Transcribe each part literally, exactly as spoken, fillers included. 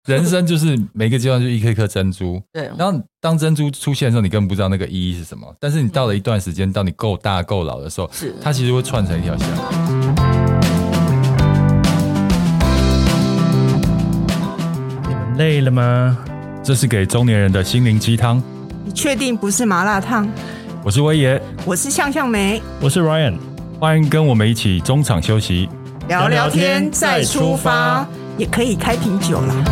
人生就是每个阶段就一颗一颗珍珠， 对。 然后当珍珠出现的时候，你根本不知道那个意义是什么。但是你到了一段时间，当你够大够老的时候，是它其实会串成一条线。 你们累了吗？ 这是给中年人的心灵鸡汤。 你确定不是麻辣烫？ 我是威爷， 我是向向梅， 我是 Ryan， 欢迎跟我们一起中场休息， 聊聊天再出发，也可以开瓶酒啦。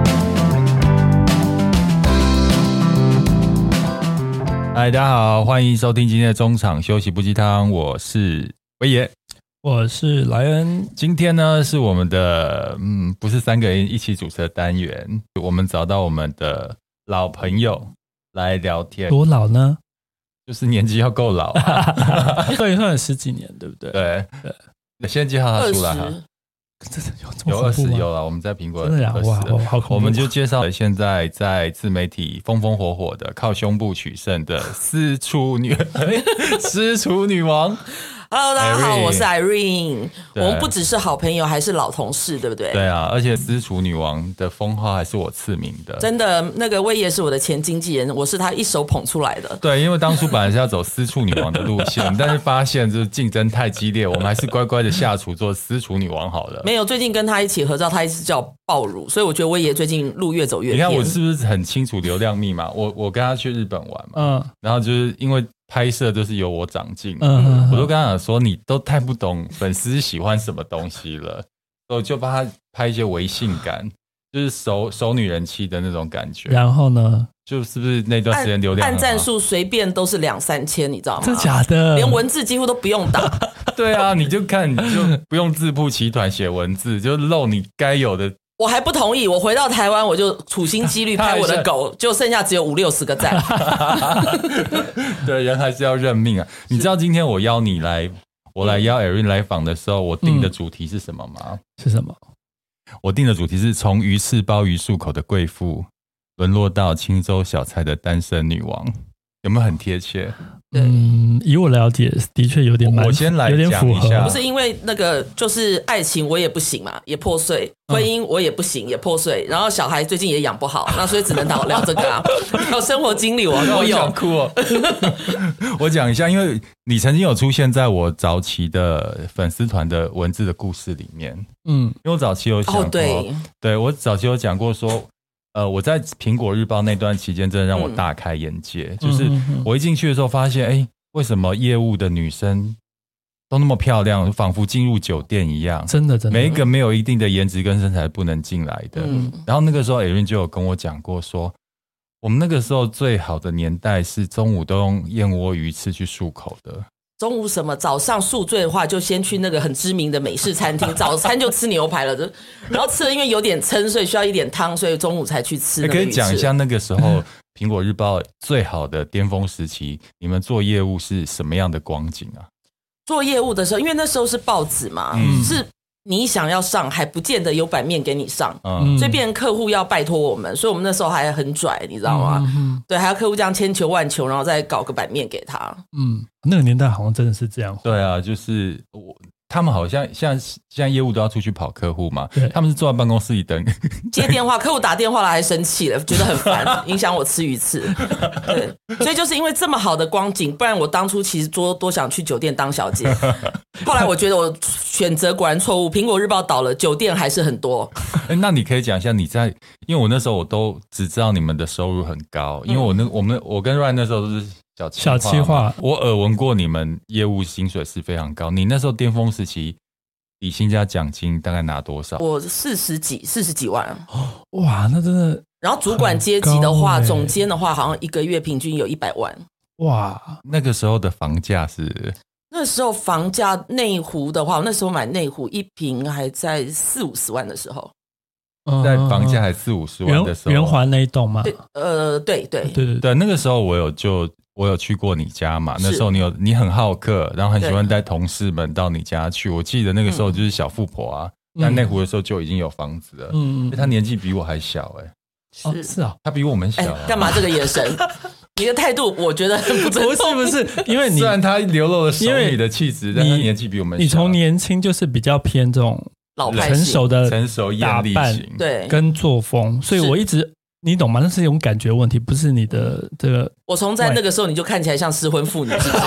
嗨，大家好，欢迎收听今天的中场休息不鸡汤，我是威爷， 我是莱恩。 今天呢是我们的嗯，不是三个人一起主持的单元，我们找到我们的老朋友来聊天。 多老呢？ 就是年纪要够老啊， 算一算十几年，对不对？ 对对，先介绍他出来哈。有二十有了，我们在苹果真的呀，哇，好恐怖！ 我们就介绍了现在在自媒体风风火火的靠胸部取胜的私处女私处女王。 Hello， 大家好，我是 Irene。我们不只是好朋友，还是老同事，对不对？ 对啊，而且私处女王的封号还是我赐名的。 真的，那个威爷是我的前经纪人，我是他一手捧出来的。 对，因为当初本来是要走私处女王的路线，但是发现就是竞争太激烈，我们还是乖乖的下厨做私处女王好了。 没有，最近跟他一起合照，他一直叫我爆乳，所以我觉得威爷最近路越走越偏。 你看我是不是很清楚流量密码？我我跟他去日本玩嘛，嗯，然后就是因为拍摄都是由我长进，嗯，我都跟他讲说你都太不懂粉丝喜欢什么东西了，我就帮他拍一些微性感，就是熟熟女人妻的那种感觉。 然后呢， 就是不是那段时间流量按赞数随便都是两三千，你知道吗？ 真假的？ 连文字几乎都不用打。 对啊，你就看你就不用自曝其短写文字，就露你该有的。 我还不同意，我回到台湾我就处心积虑拍我的狗，就剩下只有五六十个赞。 对，人还是要认命啊！你知道今天我邀你来，我来邀 Irene 来访的时候，我定的主题是什么吗？ 嗯、是什么？ 我定的主题是从鱼翅鲍鱼漱口的贵妇，沦落到清粥小菜的单身女王，有没有很贴切？ 嗯，以我了解，的确有点蛮， 我先来有点符合。 不是因为那个，就是爱情我也不行嘛，也破碎；婚姻我也不行，也破碎。然后小孩最近也养不好，那所以只能聊这个啊。有生活经历我我有， 好酷哦。我讲一下，因为你曾经有出现在我早期的粉丝团的文字的故事里面。嗯，因为我早期有讲过，哦、 对， 对我早期有讲过说。呃，我在苹果日报那段期间真的让我大开眼界，嗯、就是我一进去的时候发现，哎，为什么业务的女生都那么漂亮，仿佛进入酒店一样， 真的真的， 每一个没有一定的颜值跟身材不能进来的。嗯、然后那个时候 Irene 就有跟我讲过说，我们那个时候最好的年代是中午都用燕窝鱼翅去漱口的。 中午什么早上宿醉的话，就先去那个很知名的美式餐厅，早餐就吃牛排了，然后吃了因为有点撑，所以需要一点汤，所以中午才去吃那个鱼翅。 可以讲一下那个时候苹果日报最好的巅峰时期，你们做业务是什么样的光景啊？ 做业务的时候，因为那时候是报纸嘛，嗯、是你想要上还不见得有版面给你上，嗯、所以变成客户要拜托我们，所以我们那时候还很拽，你知道吗？嗯、对，还要客户这样千求万求，然后再搞个版面给他。 嗯，那个年代好像真的是这样。 对啊，就是我他们好像像现在业务都要出去跑客户嘛，他们是坐在办公室里等接电话，客户打电话来还生气了，觉得很烦，影响我吃鱼翅。对，所以就是因为这么好的光景，不然我当初其实多多想去酒店当小姐。后来我觉得我选择果然错误，苹果日报倒了，酒店还是很多。 那你可以讲一下你在，因为我那时候我都只知道你们的收入很高，因为我那我们我跟 Ryan 那时候都是小企划，小企划，我耳闻过你们业务薪水是非常高。你那时候巅峰时期，底薪加奖金大概拿多少？ 我四十几，四十几万。 哇，那真的。 然后主管阶级的话，欸、总监的话，好像一个月平均有一百万。 哇， 那个时候的房价是？ 那时候房价内湖的话，我那时候买内湖一坪还在四五十万的时候。 在房价还四五十万的时候， 圆环那一栋吗？ 对，呃，对对对对对，那个时候我有就我有去过你家嘛，那时候你有你很好客，然后很喜欢带同事们到你家去。我记得那个时候就是小富婆啊，在、嗯、内湖的时候就已经有房子了，嗯，他年纪比我还小哎、 欸，是、哦、是啊， 他比我们小、啊， 干、欸、嘛这个眼神？你的态度我觉得很不尊重。 不是不是，因为你虽然他流露了熟女的气质，但他年纪比我们小、啊。 你从年轻就是比较偏这种老派成熟的成熟艳丽型， 对， 跟作风，所以我一直你懂吗？那是一种感觉问题，不是你的这个。 我从在那个时候你就看起来像失婚妇女，是不是？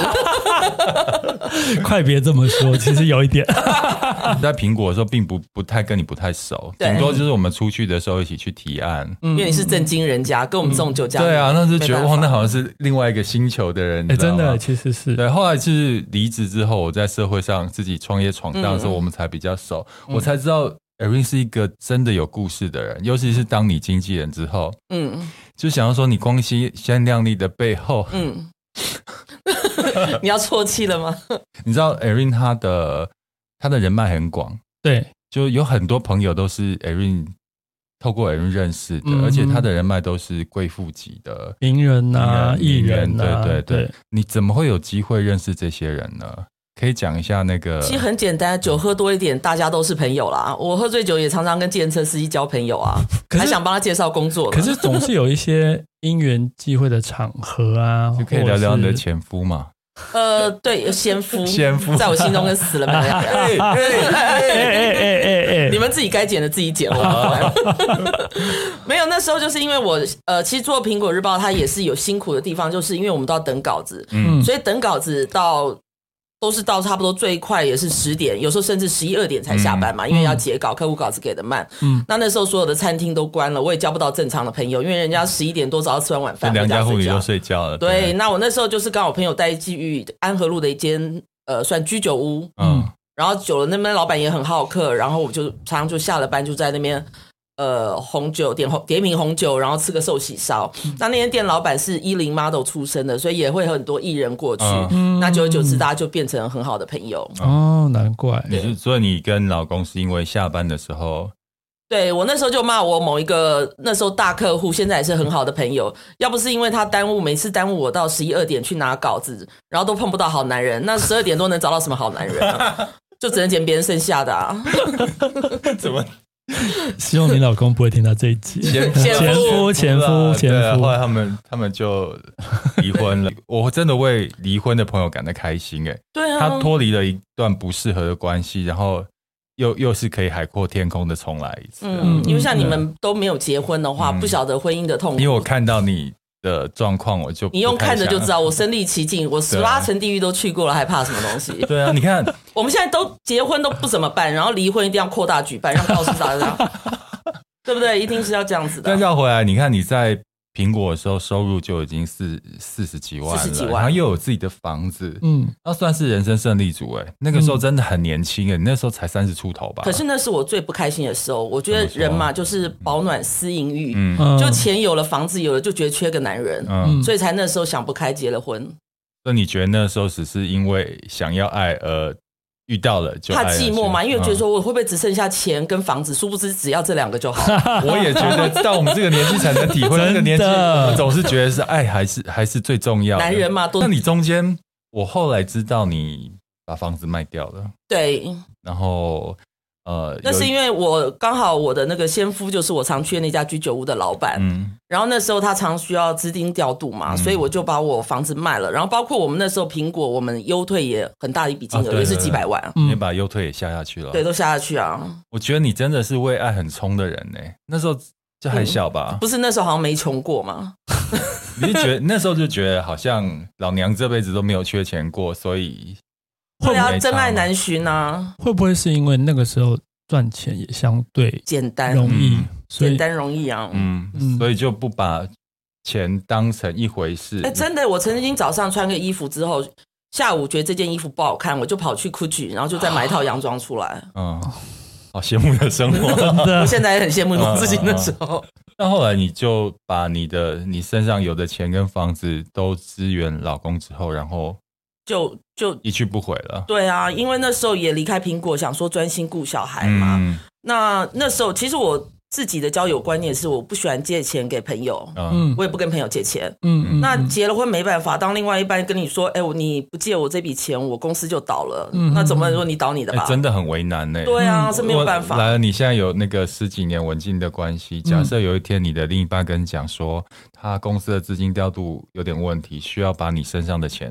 快别这么说，其实有一点。 在苹果的时候，并不不太跟你不太熟，顶多就是我们出去的时候一起去提案， 因为你是正经人家，跟我们这种酒家、嗯， 对啊，那就觉得哇，那好像是另外一个星球的人， 哎、欸，真的，其实是对。后来是离职之后，我在社会上自己创业闯荡的时候，嗯、我们才比较熟，嗯、我才知道 Irene 是一个真的有故事的人，尤其是当你经纪人之后，嗯，就想要说你光鲜鲜亮丽的背后，嗯。 你要啜泣了吗？ 你知道 Irene 她的她的人脉很广， 对， 就有很多朋友都是 Irene 透过 Irene 认识的，嗯、而且她的人脉都是贵妇级的名人啊、艺人啊，对对 对, 对。你怎么会有机会认识这些人呢？可以讲一下那个。 其实很简单，酒喝多一点，大家都是朋友啦。我喝醉酒也常常跟计程车司机交朋友啊，还想帮他介绍工作。 可是总是有一些因缘际会的场合啊， 就可以聊聊你的前夫嘛。 呃，对，先夫， 先夫， 在我心中跟死了没两样。哎哎哎哎，你们自己该剪的自己剪，我不管。没有，那时候就是因为我呃，其实做苹果日报它也是有辛苦的地方，就是因为我们都要等稿子，嗯，所以等稿子到。都是到差不多最快也是十点，有时候甚至十一二点才下班嘛，嗯、因为要截稿，客户稿子给的慢。嗯，那那时候所有的餐厅都关了，我也交不到正常的朋友，因为人家十一点多早上吃完晚饭， 良家妇女都睡觉了。 对，对那我那时候就是刚好朋友带去安和路的一间呃算居酒屋，嗯，然后久了那边老板也很好客，然后我就常常就下了班就在那边。呃，红酒点红点一瓶红酒，然后吃个寿喜烧。嗯、那那间店老板是一零 model 出身的，所以也会有很多艺人过去。嗯、那久而久之，大家就变成很好的朋友。 哦，难怪。 你是所以你跟老公是因为下班的时候？ 对，我那时候就骂我某一个那时候大客户，现在也是很好的朋友。要不是因为他耽误，每次耽误我到十一二点去拿稿子，然后都碰不到好男人，那十二点多能找到什么好男人啊？就只能捡别人剩下的啊。 怎么？ 希望你老公不会听到这一集。 前夫前夫前夫前夫， 对啊，后来他们他们就离婚了。我真的为离婚的朋友感到开心哎、欸。 对啊， 他脱离了一段不适合的关系，然后又又是可以海阔天空的重来一次、啊。 嗯，因为像你们都没有结婚的话，嗯、不晓得婚姻的痛苦。 因为我看到你的状况，我就你用看着就知道，我身历其境，我十八层地狱都去过了，还怕什么东西？ 对啊，你看我们现在都结婚都不怎么办，然后离婚一定要扩大举办，让告诉大家。对不对？一定是要这样子的。 但绕回来，你看你在苹果的时候收入就已经是四十几万了，四十几万，然后又有自己的房子，嗯，那算是人生胜利组哎。那个时候真的很年轻哎，你那时候才三十出头吧？ 可是那是我最不开心的时候。我觉得人嘛，就是保暖思淫欲，嗯，就钱有了，房子有了，就觉得缺个男人，嗯，所以才那时候想不开结了婚。 那你觉得那时候只是因为想要爱而？遇到了就怕寂寞嘛，因为觉得说我会不会只剩下钱跟房子，殊不知只要这两个就好。 我也觉得到我们这个年纪才能体会那个年纪，我总是觉得是爱还是还是最重要的。 男人嘛， 那你中间，我后来知道你把房子卖掉了， 对， 然后呃， 那是因为我刚好我的那个先夫就是我常去的那家居酒屋的老板，嗯，然后那时候他常需要资金调度嘛，嗯、所以我就把我房子卖了，然后包括我们那时候苹果我们优退也很大一笔金额，也、啊、是几百万， 你把优退也下下去了， 对，都下下去啊。 我觉得你真的是为爱很冲的人呢、欸，那时候就还小吧、嗯？ 不是那时候好像没穷过吗？ 你就觉得那时候就觉得好像老娘这辈子都没有缺钱过，所以对啊，真爱难寻啊。 会不会是因为那个时候？赚钱也相对简单容易、 嗯，简单容易啊， 嗯，嗯所以就不把钱当成一回事。 哎、欸，真的，我曾经早上穿个衣服之后，下午觉得这件衣服不好看，我就跑去 Gucci， 然后就再买一套洋装出来。 嗯，好羡慕的生活， 我现在也很羡慕我自己那时候。 那后来你就把你的你身上有的钱跟房子都支援老公之后，然后。 就就一去不回了。 对啊，因为那时候也离开苹果，想说专心顾小孩嘛。嗯、那那时候其实我自己的交友观念是，我不喜欢借钱给朋友，嗯，我也不跟朋友借钱。嗯嗯。那结了婚没办法，当另外一半跟你说，哎、欸，你不借我这笔钱，我公司就倒了。嗯，那怎么说你倒你的吧？ 欸、真的很为难呢、欸。 对啊，是没有办法。 来了，你现在有那个十几年稳定的关系，假设有一天你的另一半跟你讲说，他公司的资金调度有点问题，需要把你身上的钱。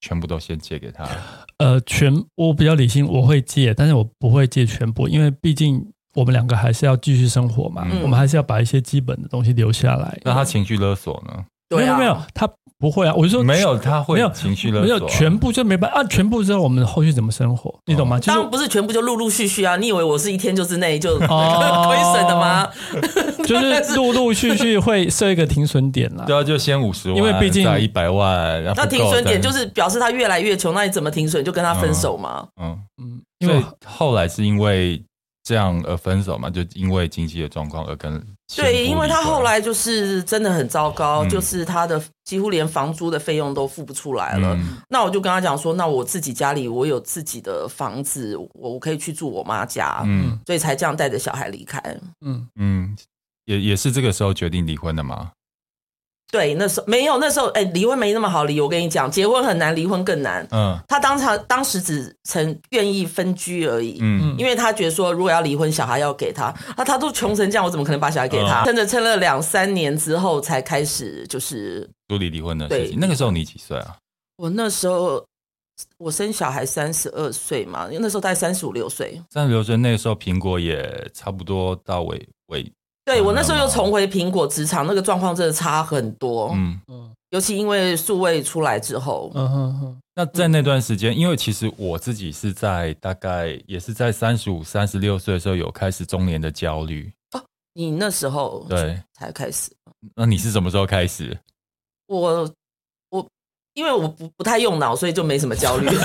全部都先借给他？ 呃，全我比较理性，我会借，但是我不会借全部，因为毕竟我们两个还是要继续生活嘛，嗯、我们还是要把一些基本的东西留下来。 那他情绪勒索呢？ 对啊、 没有没有，他不会啊。我就说没有，他会情绪勒索、啊， 没有全部就没办法啊。全部之后我们后续怎么生活，你懂吗？ 当然不是全部就陆陆续续啊。你以为我是一天就之内就亏损的吗？ 就是陆陆续续会设一个停损点啦。 对啊，就先五十万， 因为毕竟再一百万，然后那停损点就是表示他越来越穷，那你怎么停损？就跟他分手嘛。 嗯嗯，因为后来是因为这样而分手嘛，就因为经济的状况而跟对，因为他后来就是真的很糟糕，嗯、就是他的几乎连房租的费用都付不出来了。嗯、那我就跟他讲说，那我自己家里我有自己的房子，我我可以去住我妈家，嗯，所以才这样带着小孩离开。 嗯嗯，也也是这个时候决定离婚的吗？ 对，那时候没有，那时候哎，离婚没那么好离。我跟你讲，结婚很难，离婚更难。嗯，他当场当时只曾愿意分居而已。嗯，因为他觉得说，如果要离婚，小孩要给他，那、啊、他都穷成这样，我怎么可能把小孩给他？撑着撑了两三年之后，才开始就是处理离婚的事情。那个时候你几岁啊？ 我那时候我生小孩三十二岁嘛，那时候大概三十五六岁。 三十六岁那个时候，苹果也差不多到尾尾。 对，我那时候又重回苹果职场，那个状况真的差很多。嗯嗯，尤其因为数位出来之后。嗯哼哼。那在那段时间，因为其实我自己是在大概也是在三十五、三十六岁的时候有开始中年的焦虑。 哦，你那时候对才开始？ 那你是什么时候开始？ 我我因为我不不太用脑，所以就没什么焦虑。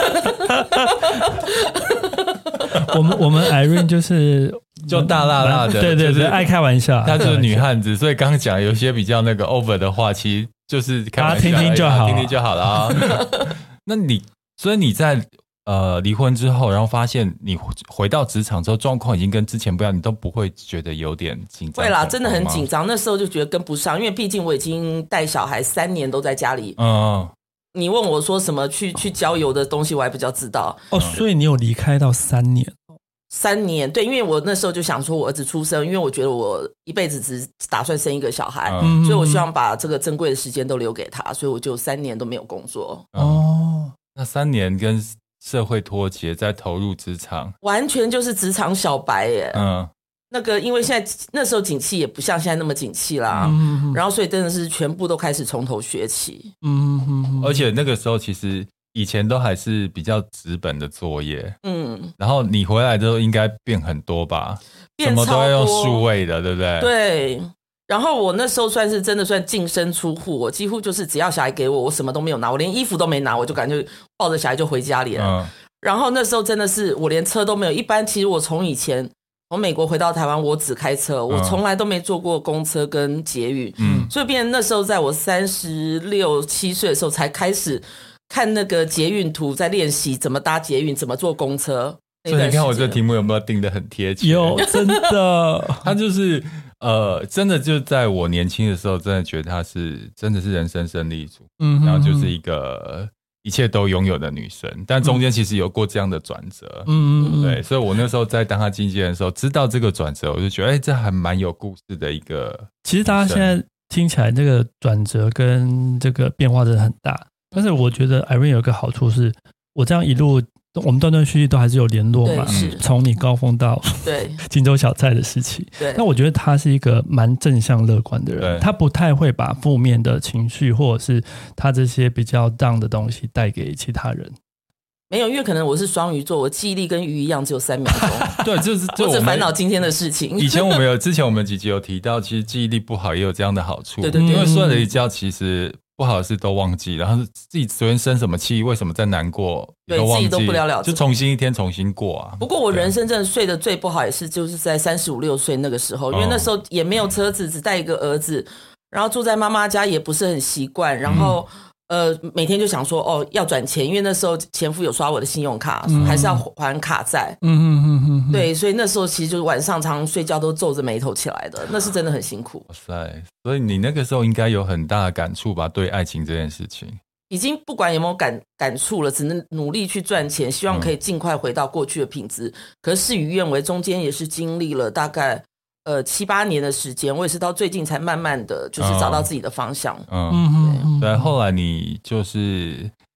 我们我们 Irene 就是就大辣辣的， 对对对，就是、爱开玩笑， 她就是女汉子，所以刚刚讲有些比较那个 over 的话，其实就是开玩笑， 听听就好， 听听就好了啊。那你所以你在呃离婚之后，然后发现你回到职场之后，状况已经跟之前不一样，你都不会觉得有点紧张？ 会啦，真的很紧张。那时候就觉得跟不上，因为毕竟我已经带小孩三年都在家里。嗯。你问我说什么去去郊游的东西，我还比较知道哦。所以你有离开到三年？ 三年，对，因为我那时候就想说，我儿子出生，因为我觉得我一辈子只打算生一个小孩，嗯、所以我希望把这个珍贵的时间都留给他，所以我就三年都没有工作。 哦，那三年跟社会脱节，再投入职场， 完全就是职场小白耶。嗯。那个，因为现在那时候景气也不像现在那么景气啦，嗯、然后所以真的是全部都开始从头学起。 嗯，而且那个时候其实以前都还是比较纸本的作业，嗯，然后你回来之后应该变很多吧？ 变超多， 什么都要用数位的，对不对？ 对。然后我那时候算是真的算净身出户，我几乎就是只要小孩给我，我什么都没有拿，我连衣服都没拿，我就感觉抱着小孩就回家里了。嗯、然后那时候真的是我连车都没有，一般其实我从以前。从美国回到台湾，我只开车，我从来都没坐过公车跟捷运，嗯，所以变成那时候在我三十六七岁的时候才开始看那个捷运图，在练习怎么搭捷运，怎么坐公车。 所以你看我这题目有没有定得很贴切？ 有，真的， 他就是呃，真的就在我年轻的时候，真的觉得他是真的是人生胜利组，嗯，然后就是一个。一切都拥有的女生，但中间其实有过这样的转折，嗯嗯，对，所以我那时候在当她经纪人的时候，知道这个转折，我就觉得，哎、欸，这还蛮有故事的一个。 其实大家现在听起来，这个转折跟这个变化真的很大，但是我觉得 Irene 有一个好处是，我这样一路。我们断断续续都还是有联络嘛，从你高峰到对荆州小菜的事情。 对， 那我觉得他是一个蛮正向乐观的人，他不太会把负面的情绪或者是他这些比较 down 的东西带给其他人。 没有，因为可能我是双鱼座，我记忆力跟鱼一样，只有三秒钟。 对，就是我只烦恼今天的事情。 以前我们有，之前我们几集有提到，其实记忆力不好也有这样的好处。对对对，因为睡了一觉，其实。不好的事都忘记，然后自己昨天生什么气，为什么在难过， 对都忘记， 自己都不了了之， 就重新一天重新过啊。 不过我人生真的睡得最不好，也是就是在三十五六岁那个时候，因为那时候也没有车子，只带一个儿子，然后住在妈妈家也不是很习惯，然后、嗯、呃每天就想说哦要转钱，因为那时候前夫有刷我的信用卡，嗯、还是要还卡债。嗯嗯嗯嗯，对，所以那时候其实就是晚上常常睡觉都皱着眉头起来的，那是真的很辛苦。 哇塞！所以你那个时候应该有很大的感触吧？对爱情这件事情， 已经不管有没有感感触了，只能努力去赚钱，希望可以尽快回到过去的品质。嗯、可是事与愿违，中间也是经历了大概呃七八年的时间，我也是到最近才慢慢的就是找到自己的方向。 嗯嗯，对。后来你就是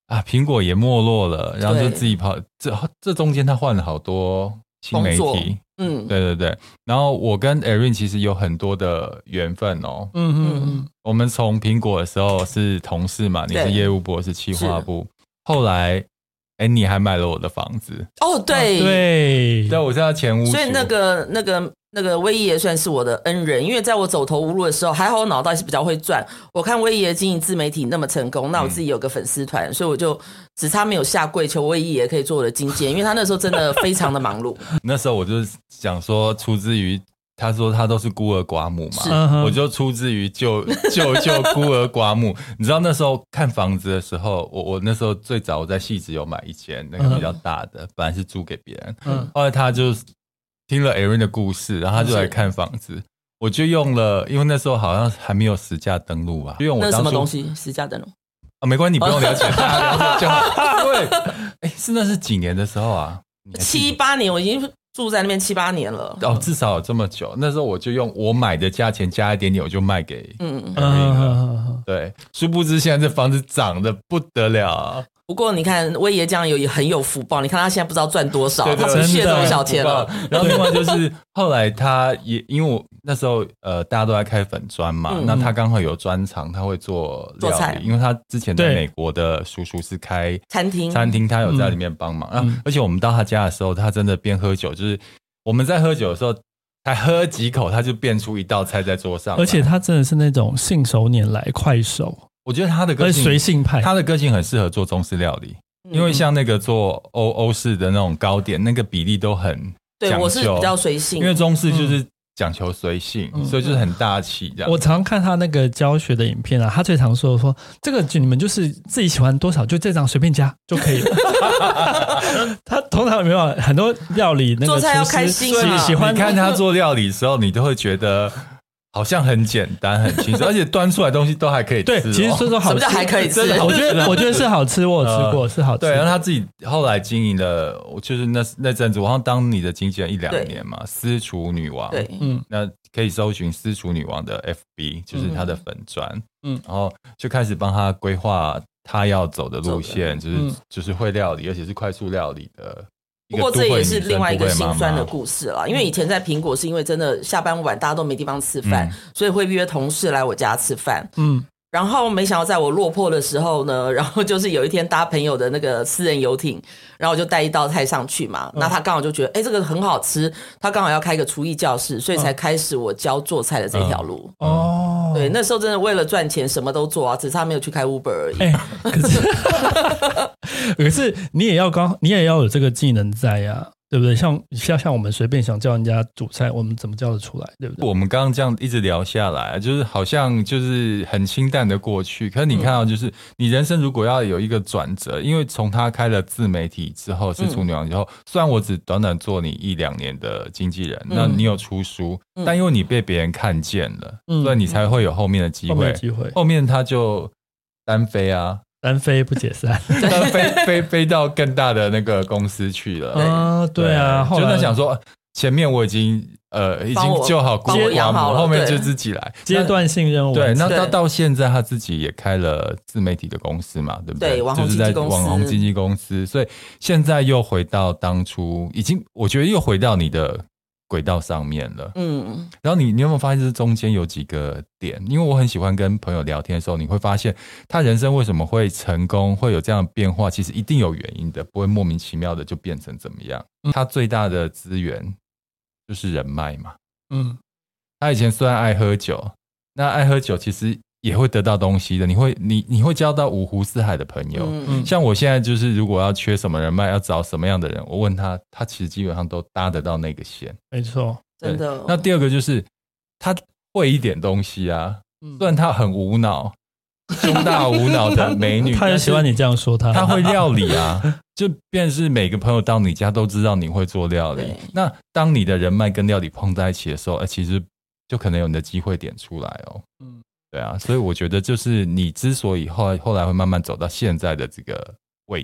啊，苹果也没落了，然后就自己跑，这这中间他换了好多新媒体，嗯，对对对。然后我跟 Erin 其实有很多的缘分哦，嗯嗯嗯。我们从苹果的时候是同事嘛，你是业务部，我是企划部，后来，哎，你还买了我的房子哦，对、 啊、对， 对，我是他前屋主， 所以那个那个。那个威爷算是我的恩人，因为在我走投无路的时候，还好我脑袋是比较会转。我看威爷经营自媒体那么成功，那我自己有个粉丝团，嗯、所以我就只差没有下跪求威爷可以做我的经纪人，因为他那时候真的非常的忙碌。 那时候我就想说，出自于他说他都是孤儿寡母嘛，我就出自于救救救孤儿寡母。你知道那时候看房子的时候，我我那时候最早我在汐止有买一间那个比较大的，本来是租给别人，嗯、后来他就。听了 Erin 的故事，然后他就来看房子，我就用了，因为那时候好像还没有实价登录吧，就用我当初那什么东西实价登录啊，没关系，你不用了解，大家了解就好。对，哎，是那是几年的时候啊？ 七八年，我已经住在那边七八年了。 哦，至少有这么久。那时候我就用我买的价钱加一点点，我就卖给嗯嗯，对，殊不知现在这房子涨得不得了。 不过你看威爷这样有很有福报，你看他现在不知道赚多少，对对他不屑这种小钱了。 然后另外就是后来他也因为我那时候呃大家都在开粉专嘛，嗯、那他刚好有专长，他会做料理，做菜因为他之前在美国的叔叔是开餐厅， 餐厅他有在里面帮忙。嗯、然后而且我们到他家的时候，他真的边喝酒，就是我们在喝酒的时候。才喝几口，他就变出一道菜在桌上， 而且他真的是那种信手拈来、快手。 我觉得他的个性随性派， 他的个性很适合做中式料理，嗯、因为像那个做欧欧式的那种糕点，那个比例都很讲究。 对，我是比较随性， 因为中式就是讲求随性，嗯、所以就是很大气这样。 我常看他那个教学的影片啊，他最常说说这个你们就是自己喜欢多少就这张随便加就可以了。他通常有没有很多料理那个做菜要开心啊，喜欢你看他做料理的时候，你都会觉得。好像很简单很轻松，而且端出来的东西都还可以吃、哦。 对，其实说说好吃， 什么叫还可以吃？ 我觉得我觉得是好吃，我有吃过，呃、是好吃。 对，然后他自己后来经营了，就是那那阵子，我好像当你的经纪人一两年嘛，私厨女王。对，嗯，那可以搜寻私厨女王的 F B， 就是他的粉专，嗯，然后就开始帮他规划他要走的路线，就是、嗯、就是会料理，而且是快速料理的。 不过这也是另外一个心酸的故事啦，因为以前在苹果是因为真的下班晚大家都没地方吃饭，嗯、所以会约同事来我家吃饭。嗯，然后没想到在我落魄的时候呢，然后就是有一天搭朋友的那个私人游艇，然后我就带一道菜上去嘛，嗯、那他刚好就觉得哎、欸、这个很好吃，他刚好要开个厨艺教室，所以才开始我教做菜的这条路。嗯、哦，对，那时候真的为了赚钱什么都做啊，只差没有去开 Uber 而已。欸、 可是可是你也要刚，你也要有这个技能在呀、啊，对不对？像像像我们随便想叫人家煮菜，我们怎么叫得出来，对不对？ 我们刚刚这样一直聊下来，就是好像就是很清淡的过去。可是你看到，就是、嗯、你人生如果要有一个转折，因为从他开了自媒体之后，是厨女王之后，嗯、虽然我只短短做你一两年的经纪人，嗯、那你有出书，嗯、但因为你被别人看见了，嗯、所以你才会有后面的机会。后面的机会，后面他就单飞啊。 单飞不解散， 飞飞飞到更大的那个公司去了。 啊，对啊， 就在想说，前面我已经呃已经救好孤儿寡母，后面就自己来阶段性任务。 对，那到到现在他自己也开了自媒体的公司嘛，对不对？ 对，网红就是在网红经纪公司，所以现在又回到当初，已经我觉得又回到你的轨道上面了。嗯，然后你你有没有发现这中间有几个点？因为我很喜欢跟朋友聊天的时候，你会发现他人生为什么会成功，会有这样的变化，其实一定有原因的，不会莫名其妙的就变成怎么样。嗯、他最大的资源就是人脉嘛。嗯，他以前虽然爱喝酒，那爱喝酒其实也会得到东西的，你会你你会交到五湖四海的朋友。嗯，像我现在就是如果要缺什么人脉，要找什么样的人，我问他，他其实基本上都搭得到那个线。 没错， 真的。 那第二个就是他会一点东西啊，嗯、虽然他很无脑，胸大无脑的美女， 他很喜欢你这样说他。 他会料理啊，就便是每个朋友到你家都知道你会做料理。那当你的人脉跟料理碰在一起的时候，欸、其实就可能有你的机会点出来哦。嗯。对啊，所以我觉得就是你之所以后来后来会慢慢走到现在的这个位置，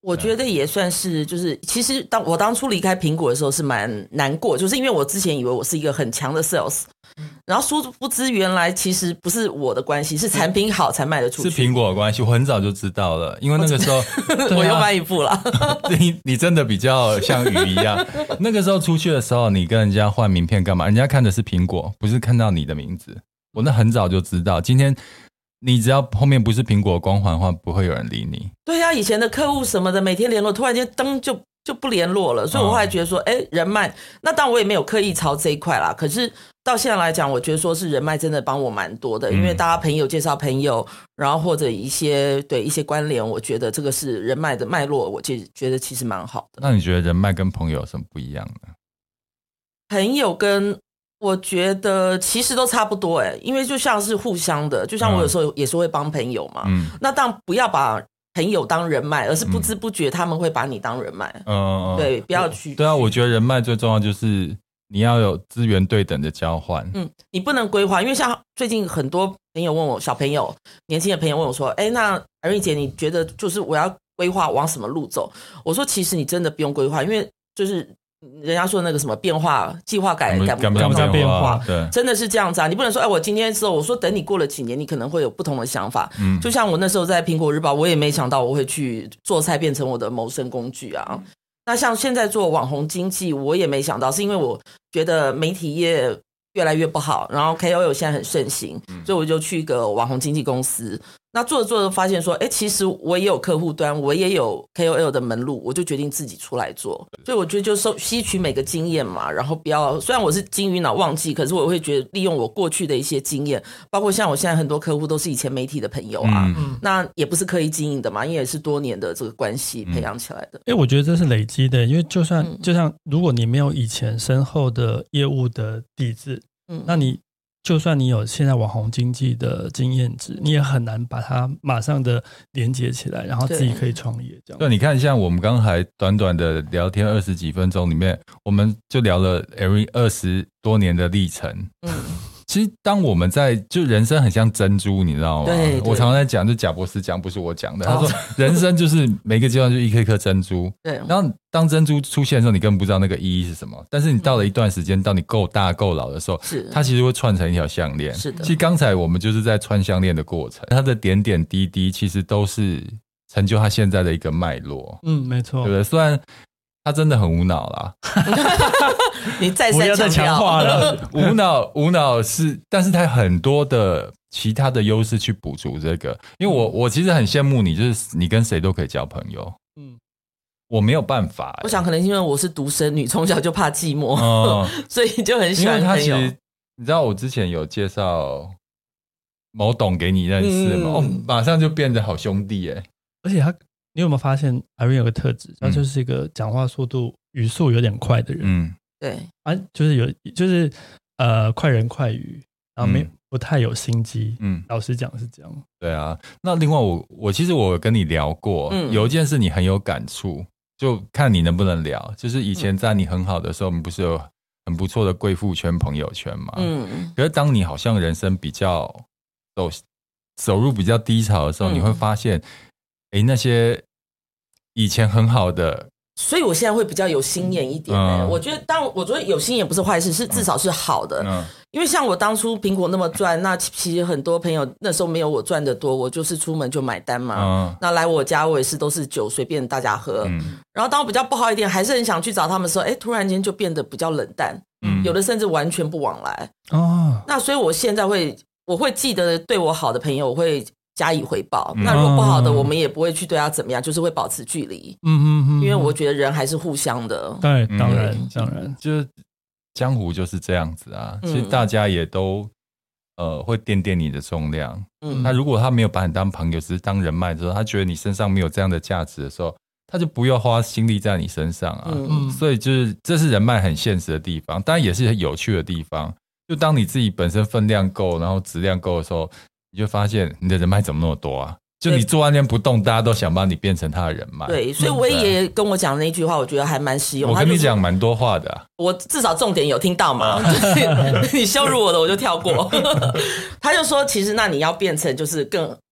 我觉得也算是，就是其实当我当初离开苹果的时候是蛮难过，就是因为我之前以为我是一个很强的 sales， 然后殊不知原来其实不是我的关系，是产品好才卖得出去， 是苹果的关系。我很早就知道了，因为那个时候、啊、 我又翻一步了。 你你真的比较像鱼一样。那个时候出去的时候，你跟人家换名片干嘛？人家看的是苹果，不是看到你的名字。我那很早就知道，今天。你只要后面不是苹果光环的话，不会有人理你。 对啊，以前的客户什么的，每天联络，突然间灯就就不联络了，所以我后来觉得说，哎、哦，人脉，那当然我也没有刻意朝这一块啦。可是到现在来讲，我觉得说是人脉真的帮我蛮多的，因为大家朋友介绍朋友，然后或者一些对一些关联，我觉得这个是人脉的脉络，我就觉得其实蛮好的。 那你觉得人脉跟朋友有什么不一样呢？ 朋友跟我觉得其实都差不多哎，因为就像是互相的，就像我有时候也是会帮朋友嘛。嗯，那当然不要把朋友当人脉，而是不知不觉他们会把你当人脉。嗯，对，不要去。 对啊，我觉得人脉最重要就是你要有资源对等的交换。 嗯，你不能规划，因为像最近很多朋友问我，小朋友、年轻的朋友问我说：“哎，那Irene姐，你觉得就是我要规划往什么路走？”我说：“其实你真的不用规划，因为就是。”人家说那个什么变化计划改改不改变化， 对， 真的是这样子啊！你不能说哎，我今天的时候我说等你过了几年，你可能会有不同的想法。嗯，就像我那时候在苹果日报，我也没想到我会去做菜变成我的谋生工具啊。嗯、那像现在做网红经济，我也没想到，是因为我觉得媒体业越来越不好，然后 K O L 现在很盛行，嗯、所以我就去一个网红经纪公司。那做着做着发现说，哎，其实我也有客户端，我也有 K O L 的门路，我就决定自己出来做。所以我觉得就收吸取每个经验嘛，然后不要，虽然我是金鱼脑忘记，可是我会觉得利用我过去的一些经验，包括像我现在很多客户都是以前媒体的朋友啊，嗯、那也不是刻意经营的嘛，因为也是多年的这个关系培养起来的。 因为我觉得这是累积的，因为就算、嗯、就像如果你没有以前深厚的业务的底子，嗯，那你。就算你有现在网红经济的经验值，你也很难把它马上的连接起来，然后自己可以创业这样。 对，你看像我们刚才短短的聊天二十几分钟里面，我们就聊了 Irene 二十多年的历程。嗯，其实当我们在就人生很像珍珠，你知道吗？ 对， 我常常在讲，就贾博士讲，不是我讲的。他说人生就是每个阶段就一颗一颗珍珠。对，然后当珍珠出现的时候，你根本不知道那个意义是什么。但是你到了一段时间，到你够大够老的时候，是它其实会串成一条项链。是的，其实刚才我们就是在串项链的过程，它的点点滴滴其实都是成就它现在的一个脉络。 嗯，没错， 对不对？虽然他真的很无脑啦， 你再三不要再强化了。 无脑无脑是，但是他有很多的其他的优势去补足这个。因为我我其实很羡慕你，就是你跟谁都可以交朋友。嗯，我没有办法、欸。 我想可能因为我是独生女，从小就怕寂寞，嗯、所以就很喜欢朋友。因为他其实你知道，我之前有介绍某董给你认识吗？嗯哦、马上就变得好兄弟哎、欸， 而且他。你有没有发现 Irene 有个特质，他就是一个讲话速度、语速有点快的人。嗯， 对啊，就是有，就是呃，快人快语，然后没、嗯、不太有心机。嗯，老实讲是这样。 对啊，那另外我我其实我跟你聊过，嗯、有一件事你很有感触，就看你能不能聊。就是以前在你很好的时候，我们不是有很不错的贵妇圈、朋友圈嘛？嗯，可是当你好像人生比较走走入比较低潮的时候，嗯、你会发现。诶，那些以前很好的， 所以我现在会比较有心眼一点、欸嗯、我觉得当我觉得有心眼不是坏事，是至少是好的、嗯、因为像我当初苹果那么赚，那其实很多朋友那时候没有我赚的多，我就是出门就买单嘛、嗯、那来我家我也是都是酒随便大家喝、嗯、然后当我比较不好一点还是很想去找他们的时候，诶，突然间就变得比较冷淡、嗯、有的甚至完全不往来、哦、那所以我现在会我会记得对我好的朋友，我会加以回报、嗯、那如果不好的我们也不会去对他怎么样，就是会保持距离。嗯嗯嗯，因为我觉得人还是互相的。 对，当然当然， 就是江湖就是这样子啊、嗯、其实大家也都呃会掂掂你的重量。嗯，那如果他没有把你当朋友，只是当人脉的时候，他觉得你身上没有这样的价值的时候，他就不要花心力在你身上啊。嗯，所以就是这是人脉很现实的地方，当然也是很有趣的地方。就当你自己本身分量够，然后质量够的时候，你就发现你的人脉怎么那么多啊？就你坐在那边不动，大家都想把你变成他的人脉。 对，所以我也跟我讲那句话，我觉得还蛮实用。 我跟你讲蛮多话的、啊， 我至少重点有听到嘛。就是你羞辱我的，我就跳过。他就说，其实那你要变成就是更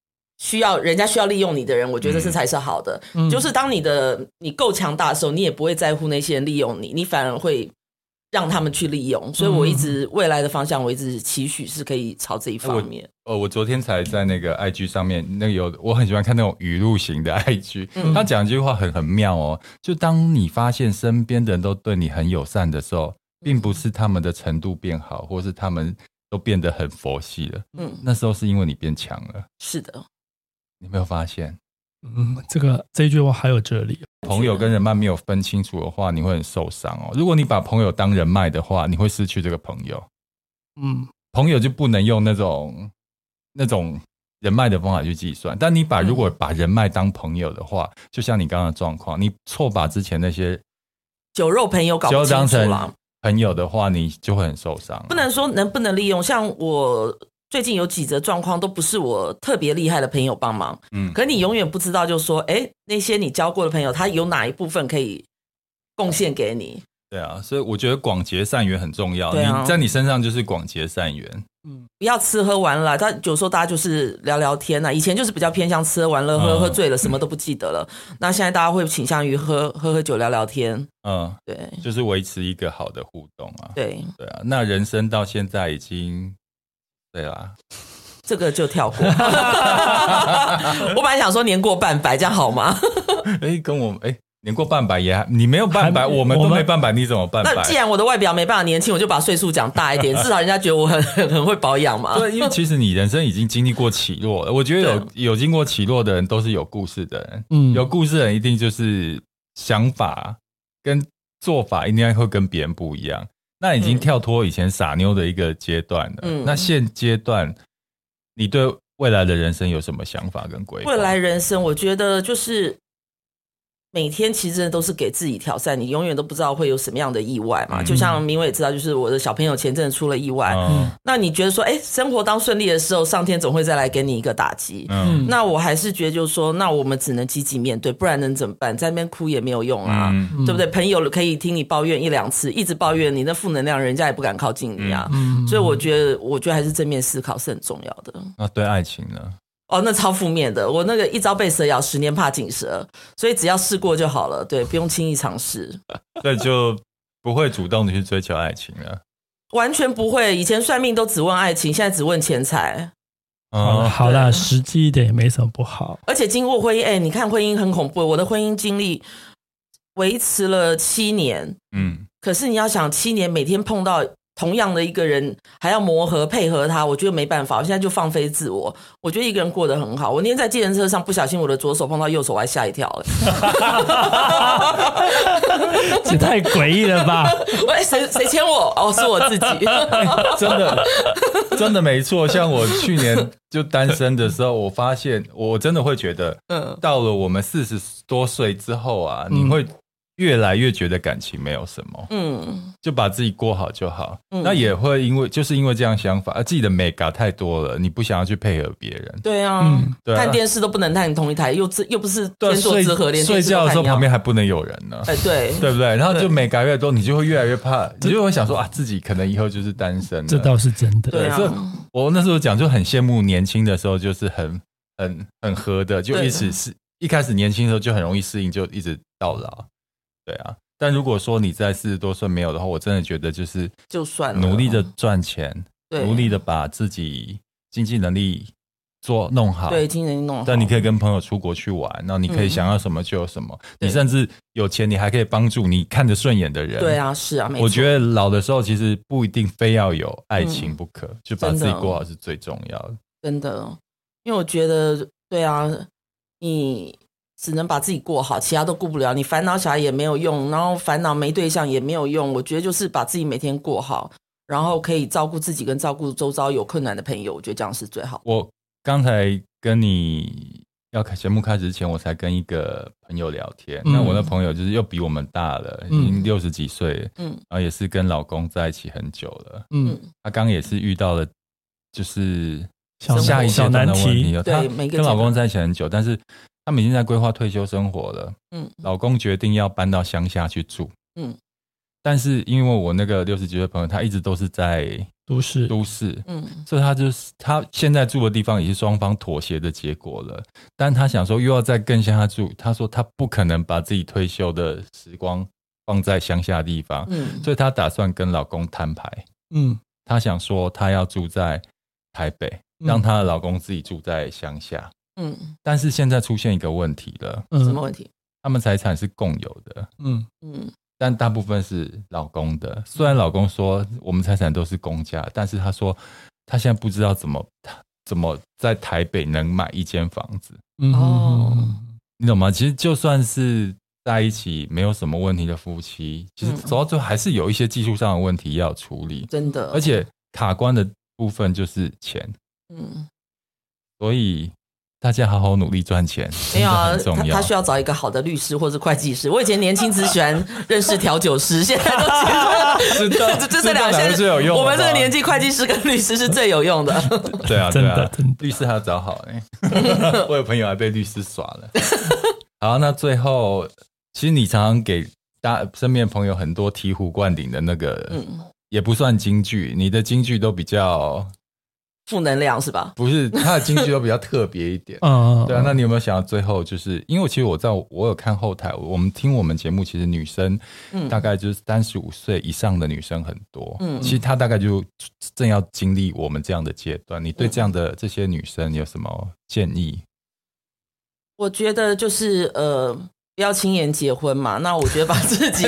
需要人家需要利用你的人，我觉得这才是好的。嗯、就是当你的你够强大的时候，你也不会在乎那些人利用你，你反而会让他们去利用。所以我一直、嗯、未来的方向，我一直期许是可以朝这一方面。 哦，我昨天才在那个 I G 上面，那个有我很喜欢看那种语录型的 I G，、嗯、他讲一句话很很妙哦，就当你发现身边的人都对你很友善的时候，并不是他们的程度变好，或是他们都变得很佛系了，嗯，那时候是因为你变强了。 是的。 你没有发现？ 嗯，这个这一句话还有哲理。 朋友跟人脉没有分清楚的话，你会很受伤哦。如果你把朋友当人脉的话，你会失去这个朋友。嗯，朋友就不能用那种那种人脉的方法去计算。但你把如果把人脉当朋友的话，嗯、就像你刚刚的状况，你错把之前那些酒肉朋友搞不清楚了。 朋友的话，你就会很受伤。 不能说能不能利用，像我。最近有几则状况都不是我特别厉害的朋友帮忙，嗯，可你永远不知道，就是说，哎，那些你交过的朋友，他有哪一部分可以贡献给你？ 对啊，所以我觉得广结善缘很重要。对啊，你在你身上就是广结善缘。 嗯，不要吃喝玩乐，他有时候大家就是聊聊天啊。以前就是比较偏向吃喝玩乐，喝喝醉了什么都不记得了。嗯、那现在大家会倾向于喝喝喝酒聊聊天。嗯，对， 就是维持一个好的互动啊。 对对啊，那人生到现在已经。对啦， 这个就跳过。我本来想说年过半百，这样好吗？ 哎，跟我哎年过半百也你没有半百，我们都没半百，你怎么半百？ 那既然我的外表没办法年轻，我就把岁数讲大一点，至少人家觉得我很很会保养嘛。 对，因为其实你人生已经经历过起落了，我觉得有有经过起落的人都是有故事的人。嗯，有故事的人一定就是想法跟做法一定会跟别人不一样。那已经跳脱以前傻妞的一个阶段了。嗯，那现阶段你对未来的人生有什么想法跟规划？ 未来人生，我觉得就是每天其实真的都是给自己挑战，你永远都不知道会有什么样的意外嘛。嗯、就像明伟知道，就是我的小朋友前阵子出了意外，嗯、那你觉得说，哎，生活当顺利的时候，上天总会再来给你一个打击。嗯，那我还是觉得就是说，那我们只能积极面对，不然能怎么办？在那边哭也没有用啊，嗯、对不对？朋友可以听你抱怨一两次，一直抱怨你那负能量，人家也不敢靠近你啊。嗯、所以我觉得，我觉得还是正面思考是很重要的。 那对爱情呢？ 哦，那超负面的，我那个一朝被蛇咬，十年怕井蛇，所以只要试过就好了，对，不用轻易尝试。 对，就不会主动的去追求爱情了， 完全不会。以前算命都只问爱情，现在只问钱财。 哦，好啦，实际一点也没什么不好。 而且经过婚姻，哎，你看婚姻很恐怖，我的婚姻经历维持了七年，嗯，可是你要想，七年每天碰到同样的一个人，还要磨合配合他，我觉得没办法。我现在就放飞自我，我觉得一个人过得很好。我那天在计程车上不小心我的左手碰到右手，我还吓一跳了。 这太诡异了吧？ 喂，谁谁牵我？哦，是我自己。 真的，真的没错。像我去年就单身的时候，我发现我真的会觉得，嗯，到了我们四十多岁之后啊，嗯、你会越来越觉得感情没有什么，嗯，就把自己过好就好。嗯、那也会因为就是因为这样想法，自己的美感太多了，你不想要去配合别人。 对啊，嗯、对啊，看电视都不能看同一台，又又不是天作之合，连睡觉的时候旁边还不能有人呢。 哎，对， 对不对？然后就美感越多，你就会越来越怕，你就会想说啊，自己可能以后就是单身了。 这倒是真的。 对啊， 所以我那时候讲就很羡慕年轻的时候，就是很很很合的，就一直是一开始年轻的时候就很容易适应，就一直到老。对啊，但如果说你在四十多岁没有的话，我真的觉得就是就算了， 努力的赚钱，努力的把自己经济能力做弄好， 对，经济能力弄好。 但你可以跟朋友出国去玩，然后你可以想要什么就有什么，嗯、你甚至有钱，你还可以帮助你看得顺眼的人。 对啊，是啊，没错。 我觉得老的时候其实不一定非要有爱情不可，嗯、就把自己过好是最重要的。 真的，因为我觉得，对啊，你只能把自己过好，其他都顾不了。你烦恼小孩也没有用，然后烦恼没对象也没有用。我觉得就是把自己每天过好，然后可以照顾自己跟照顾周遭有困难的朋友，我觉得这样是最好的。 我刚才跟你要节目开始之前，我才跟一个朋友聊天。嗯、那我的朋友就是又比我们大了，已经六十几岁了，嗯，然后也是跟老公在一起很久了，嗯，他刚也是遇到了就是下一阶段的问题， 对， 他跟老公在一起很久，但是他们已经在规划退休生活了。嗯，老公决定要搬到乡下去住。嗯， 但是因为我那个六十几岁朋友，他一直都是在都市， 都市，嗯，所以他就是他现在住的地方也是双方妥协的结果了。但他想说又要再更乡下住，他说他不可能把自己退休的时光放在乡下的地方，嗯，所以他打算跟老公摊牌，嗯，他想说他要住在台北，嗯，让她的老公自己住在乡下，嗯，但是现在出现一个问题了， 嗯，什么问题？ 他们财产是共有的，嗯嗯。但大部分是老公的，虽然老公说我们财产都是公家，但是他说他现在不知道怎么怎么在台北能买一间房子。哦，你懂吗？其实就算是在一起没有什么问题的夫妻，其实走到最后还是有一些技术上的问题要处理， 真的。 而且卡关的部分就是钱，嗯，所以大家好好努力赚钱， 没有啊，他, 他需要找一个好的律师或是会计师。我以前年轻只喜欢认识调酒师，现在都知道这这两个最有用。我们这个年纪，会计师跟律师是最有用的。 对啊，对啊，律师还要找好哎、欸。我有朋友还被律师耍了。好，那最后，其实你常常给大身边朋友很多醍醐灌顶的那个，嗯，也不算金句，你的金句都比较。 负能量是吧？ 不是，他的金句都比较特别一点。嗯，对啊。那你有没有想到最后，就是因为其实我在我有看后台，我们听我们节目，其实女生大概就是三十五岁以上的女生很多。嗯，其实她大概就正要经历我们这样的阶段。你对这样的这些女生有什么建议？ 我觉得就是呃。不要轻言结婚嘛，那我觉得把自己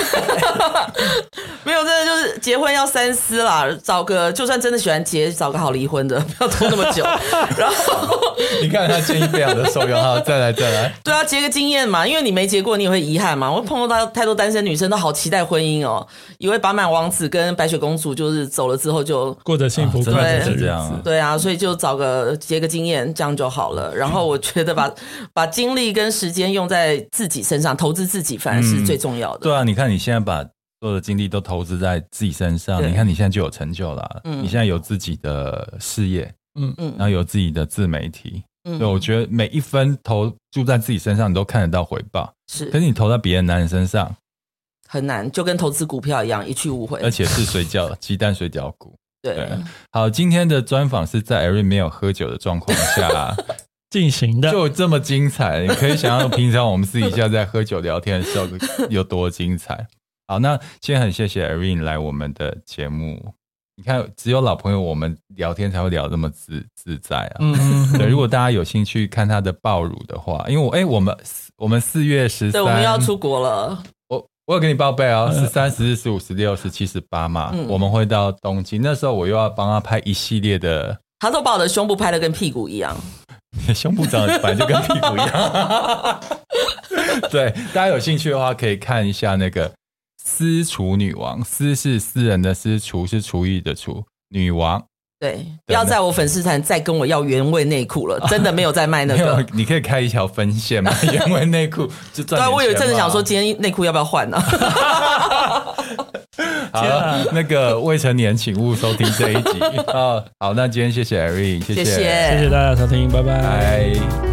没有，真的就是结婚要三思啦，找个就算真的喜欢结，找个好离婚的，不要拖那么久。然后你看他建议非常的受用，好，再来再来。 对啊，结个经验嘛，因为你没结过，你也会遗憾嘛。我碰到太多单身女生都好期待婚姻哦，以为把满王子跟白雪公主就是走了之后就过着幸福、 啊、真的是这样、啊。 对啊，所以就找个结个经验，这样就好了。然后我觉得把把精力跟时间用在自己身上，投资自己反而是最重要的、嗯、 对啊，你看你现在把所有的精力都投资在自己身上，你看你现在就有成就了、嗯、你现在有自己的事业，嗯嗯，然后有自己的自媒体，嗯，所以我觉得每一分投注在自己身上你都看得到回报， 是， 可是你投在别的男人身上很难，就跟投资股票一样，一去无回， 而且是水饺鸡蛋水饺股。 对, 对， 好，今天的专访是在 Irene 没有喝酒的状况下进行的， 就这么精彩，你可以想象平常我们私底下在喝酒聊天的时候有多精彩。好，那今天很谢谢 Irene 来我们的节目。你看，只有老朋友我们聊天才会聊这么自自在啊。嗯，对。如果大家有兴趣看他的爆乳的话，因为我哎、欸，我们我们四月十三， 对，我们要出国了。 我我有给你报备哦，十三、十四、十五、十六、十七、十八嘛、嗯，我们会到东京。那时候我又要帮他拍一系列的， 他都把我的胸部拍得跟屁股一样。 你的胸部长得本来就跟屁股一样。对，大家有兴趣的话可以看一下那个私厨女王，私是私人的私，厨是厨艺的厨，女王。 对，不要在我粉丝团再跟我要原味内裤了，真的没有在卖那个。 你可以开一条分线嘛，原味内裤就赚点钱嘛。对， 我有一阵子想说，今天内裤要不要换呢、啊？ 好了，那个未成年请勿收听这一集。好，好，那今天谢谢 Irene， 谢谢， 谢谢， 谢谢大家收听，拜拜。